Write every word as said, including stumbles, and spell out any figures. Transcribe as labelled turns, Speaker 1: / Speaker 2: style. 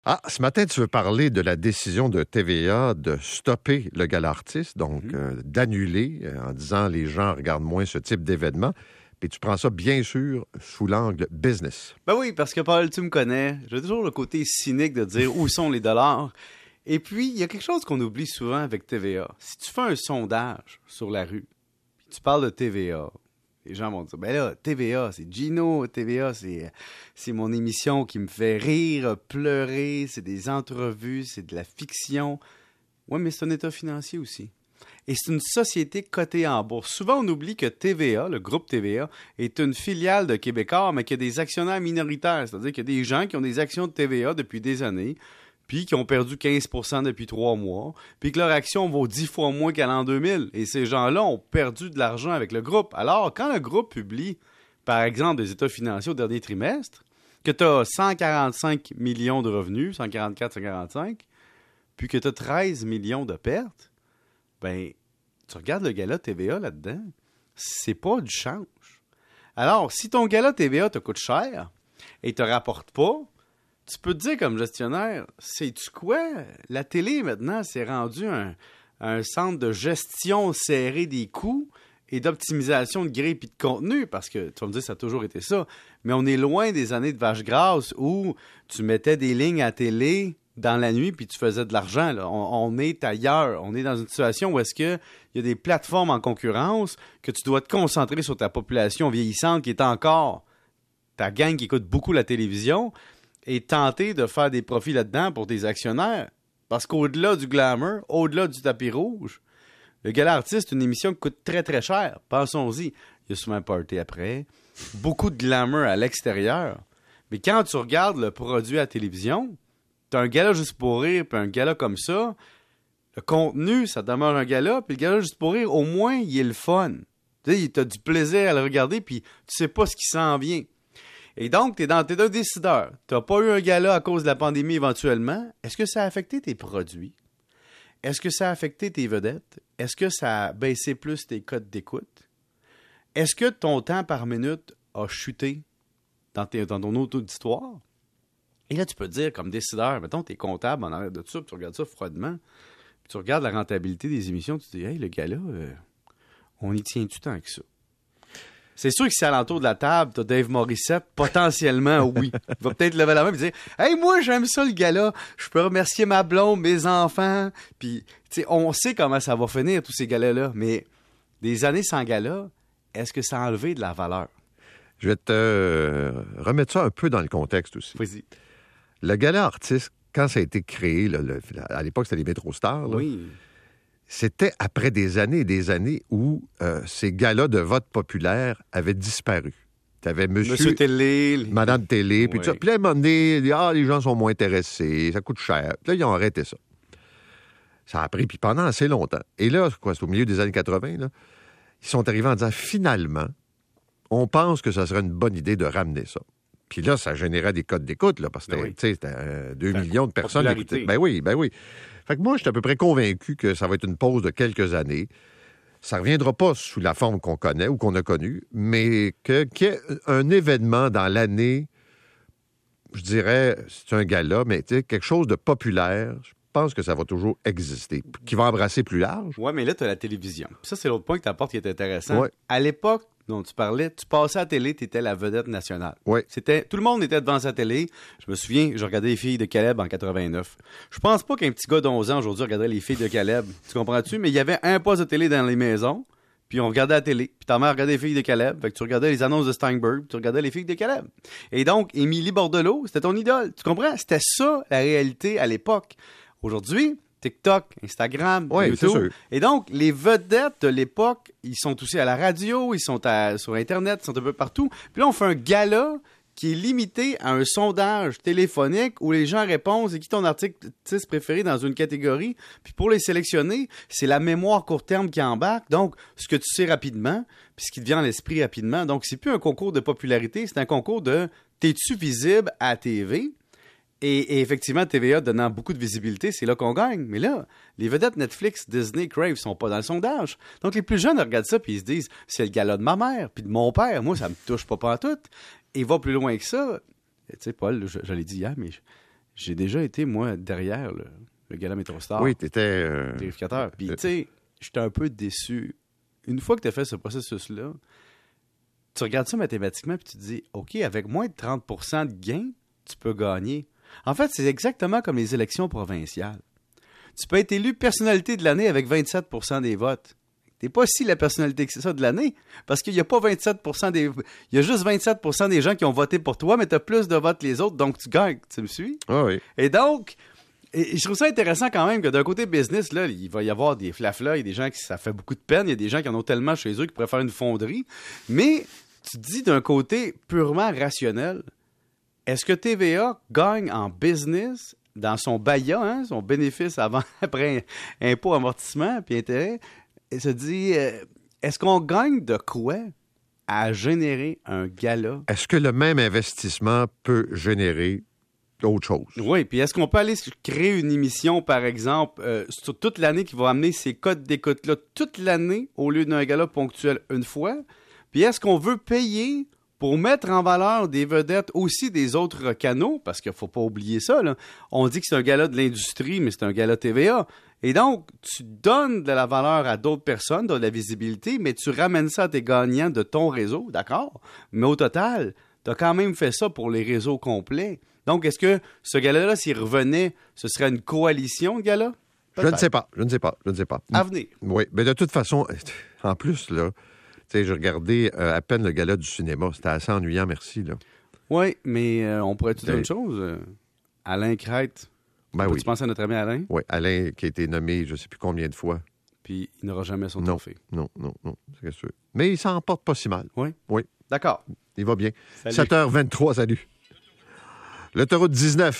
Speaker 1: Ah, ce matin, tu veux parler de la décision de T V A de stopper le gala artiste, donc mm-hmm. euh, d'annuler euh, en disant les gens regardent moins ce type d'événement. Puis tu prends ça, bien sûr, sous l'angle business.
Speaker 2: Ben oui, parce que Paul, tu me connais, j'ai toujours le côté cynique de dire où sont les dollars. Et puis, il y a quelque chose qu'on oublie souvent avec T V A. Si tu fais un sondage sur la rue, puis tu parles de T V A, les gens vont dire, ben là, T V A, c'est Gino, T V A, c'est, c'est mon émission qui me fait rire, pleurer, c'est des entrevues, c'est de la fiction. Oui, mais c'est un état financier aussi. Et c'est une société cotée en bourse. Souvent, on oublie que T V A, le groupe T V A, est une filiale de Québécois, mais qu'il y a des actionnaires minoritaires. C'est-à-dire qu'il y a des gens qui ont des actions de T V A depuis des années, puis qui ont perdu quinze pour cent depuis trois mois, puis que leur action vaut dix fois moins qu'à l'an deux mille. Et ces gens-là ont perdu de l'argent avec le groupe. Alors, quand le groupe publie, par exemple, des états financiers au dernier trimestre, que tu as cent quarante-cinq millions de revenus, cent quarante-quatre, cent quarante-cinq, puis que tu as treize millions de pertes, ben, tu regardes le gala T V A là-dedans, c'est pas du change. Alors, si ton gala T V A te coûte cher et te rapporte pas, tu peux te dire comme gestionnaire, sais-tu quoi? La télé, maintenant, c'est rendu un, un centre de gestion serré des coûts et d'optimisation de grille et de contenu, parce que, tu vas me dire, ça a toujours été ça, mais on est loin des années de vache grasse où tu mettais des lignes à télé dans la nuit puis tu faisais de l'argent. Là. On, on est ailleurs. On est dans une situation où est-ce qu'il y a des plateformes en concurrence que tu dois te concentrer sur ta population vieillissante qui est encore ta gang qui écoute beaucoup la télévision et tenter de faire des profits là-dedans pour tes actionnaires. Parce qu'au-delà du glamour, au-delà du tapis rouge, le gala artiste, c'est une émission qui coûte très, très cher. Pensons-y. Il y a souvent un party après. Beaucoup de glamour à l'extérieur. Mais quand tu regardes le produit à la télévision, tu as un gala juste pour rire, puis un gala comme ça, le contenu, ça demeure un gala, puis le gala juste pour rire, au moins, il est le fun. Tu sais, tu as du plaisir à le regarder, puis tu sais pas ce qui s'en vient. Et donc, tu es dans t'es un décideur. Tu n'as pas eu un gala à cause de la pandémie éventuellement. Est-ce que ça a affecté tes produits? Est-ce que ça a affecté tes vedettes? Est-ce que ça a baissé plus tes codes d'écoute? Est-ce que ton temps par minute a chuté dans, tes, dans ton auto-auditoire? Et là, tu peux te dire, comme décideur, mettons, tu es comptable en arrière de ça, puis tu regardes ça froidement, puis tu regardes la rentabilité des émissions, tu te dis, hey, le gars-là, euh, on y tient-tu tant que ça? C'est sûr que si à l'entour de la table, tu as Dave Morissette, potentiellement, oui. Il va peut-être lever la main et dire, hey, moi, j'aime ça, le gars-là. Je peux remercier ma blonde, mes enfants. Puis, tu sais, on sait comment ça va finir, tous ces gars-là. Mais des années sans gala, est-ce que ça a enlevé de la valeur?
Speaker 1: Je vais te euh, remettre ça un peu dans le contexte aussi.
Speaker 2: Vas-y.
Speaker 1: Le gala artiste, quand ça a été créé, là, le, à l'époque, c'était les MetroStars. Là,
Speaker 2: oui.
Speaker 1: C'était après des années et des années où euh, ces galas de vote populaire avaient disparu. Tu avais monsieur,
Speaker 2: monsieur Télé, les...
Speaker 1: madame Télé, puis
Speaker 2: oui.
Speaker 1: tout ça. Puis là, à un moment donné, ah, les gens sont moins intéressés, ça coûte cher. Puis là, ils ont arrêté ça. Ça a pris, puis pendant assez longtemps. Et là, quoi, c'est au milieu des années quatre-vingt, là, ils sont arrivés en disant, finalement, on pense que ça serait une bonne idée de ramener ça. Puis là, ça générait des codes d'écoute, là, parce que ben oui. c'était euh, deux millions de personnes. Écoutaient. Ben oui, ben oui. Fait que moi, je suis à peu près convaincu que ça va être une pause de quelques années. Ça ne reviendra pas sous la forme qu'on connaît ou qu'on a connue, mais que, qu'il y ait un événement dans l'année, je dirais, c'est un gala, mais quelque chose de populaire, je pense que ça va toujours exister, qui va embrasser plus large.
Speaker 2: Oui, mais là, tu as la télévision. Puis ça, c'est l'autre point que tu apportes qui est intéressant.
Speaker 1: Ouais.
Speaker 2: À l'époque dont tu parlais, tu passais à la télé, tu étais la vedette nationale.
Speaker 1: Oui.
Speaker 2: C'était, tout le monde était devant sa télé. Je me souviens, je regardais les filles de Caleb en quatre-vingt-neuf. Je pense pas qu'un petit gars d'onze ans aujourd'hui regarderait les filles de Caleb. Tu comprends-tu? Mais il y avait un poste de télé dans les maisons, puis on regardait la télé. Puis ta mère regardait les filles de Caleb. Fait que tu regardais les annonces de Steinberg, puis tu regardais les filles de Caleb. Et donc, Émilie Bordelot, c'était ton idole. Tu comprends? C'était ça, la réalité à l'époque. Aujourd'hui, TikTok, Instagram,
Speaker 1: oui,
Speaker 2: YouTube.
Speaker 1: C'est sûr.
Speaker 2: Et donc, les vedettes de l'époque, ils sont aussi à la radio, ils sont à, sur Internet, ils sont un peu partout. Puis là, on fait un gala qui est limité à un sondage téléphonique où les gens répondent « C'est qui ton artiste préféré dans une catégorie? » Puis pour les sélectionner, c'est la mémoire court terme qui embarque. Donc, ce que tu sais rapidement, puis ce qui te vient à l'esprit rapidement. Donc, c'est plus un concours de popularité, c'est un concours de « T'es-tu visible à la T V? » Et, et effectivement, T V A donnant beaucoup de visibilité, c'est là qu'on gagne. Mais là, les vedettes Netflix, Disney, Crave sont pas dans le sondage. Donc, les plus jeunes regardent ça puis ils se disent « C'est le gala de ma mère puis de mon père. Moi, ça me touche pas pantoute. » Et va plus loin que ça. Tu sais, Paul, je, je l'ai dit hier, mais j'ai déjà été, moi, derrière le, le Gala Métrostar.
Speaker 1: Oui, tu étais... Euh...
Speaker 2: vérificateur. Puis, tu sais, j'étais un peu déçu. Une fois que tu as fait ce processus-là, tu regardes ça mathématiquement puis tu te dis, OK, avec moins de trente pour cent de gains, tu peux gagner. En fait, c'est exactement comme les élections provinciales. Tu peux être élu personnalité de l'année avec vingt-sept pour cent des votes. T'es pas si la personnalité que c'est ça de l'année, parce qu'il n'y a pas vingt-sept pour cent des... Il y a juste vingt-sept pour cent des gens qui ont voté pour toi, mais tu as plus de votes que les autres, donc tu gagnes. Tu me suis?
Speaker 1: Ah oui.
Speaker 2: Et donc, et je trouve ça intéressant quand même que d'un côté business, là, il va y avoir des flaflas, il y a des gens qui ça fait beaucoup de peine, il y a des gens qui en ont tellement chez eux qui pourraient faire une fonderie, mais tu te dis d'un côté purement rationnel, est-ce que T V A gagne en business dans son B A Y A, hein, son bénéfice avant, après impôt, amortissement puis intérêt, et se dit, euh, est-ce qu'on gagne de quoi à générer un gala?
Speaker 1: Est-ce que le même investissement peut générer autre chose?
Speaker 2: Oui, puis est-ce qu'on peut aller créer une émission, par exemple, euh, sur toute l'année qui va amener ces codes d'écoute-là toute l'année au lieu d'un gala ponctuel une fois? Puis est-ce qu'on veut payer pour mettre en valeur des vedettes aussi des autres canaux? Parce qu'il ne faut pas oublier ça, là. On dit que c'est un gala de l'industrie, mais c'est un gala T V A. Et donc, tu donnes de la valeur à d'autres personnes, de la visibilité, mais tu ramènes ça à tes gagnants de ton réseau, d'accord? Mais au total, tu as quand même fait ça pour les réseaux complets. Donc, est-ce que ce gala-là, s'il revenait, ce serait une coalition de galas?
Speaker 1: Je ne sais pas, je ne sais pas, je ne sais pas.
Speaker 2: À venir.
Speaker 1: Oui, mais de toute façon, en plus, là, tu sais, je regardais euh, à peine le gala du cinéma. C'était assez ennuyant, merci, là.
Speaker 2: Oui, mais euh, on pourrait tout dire
Speaker 1: Ben,
Speaker 2: une chose. Euh, Alain Crête.
Speaker 1: Ben oui.
Speaker 2: Tu penses à notre ami Alain?
Speaker 1: Oui, Alain qui a été nommé je ne sais plus combien de fois.
Speaker 2: Puis il n'aura jamais son
Speaker 1: Non,
Speaker 2: trophée.
Speaker 1: non, non, non, c'est sûr. Mais il s'en porte pas si mal.
Speaker 2: Oui?
Speaker 1: Oui,
Speaker 2: D'accord.
Speaker 1: il va bien.
Speaker 2: Salut.
Speaker 1: sept heures vingt-trois, salut. L'autoroute dix-neuf.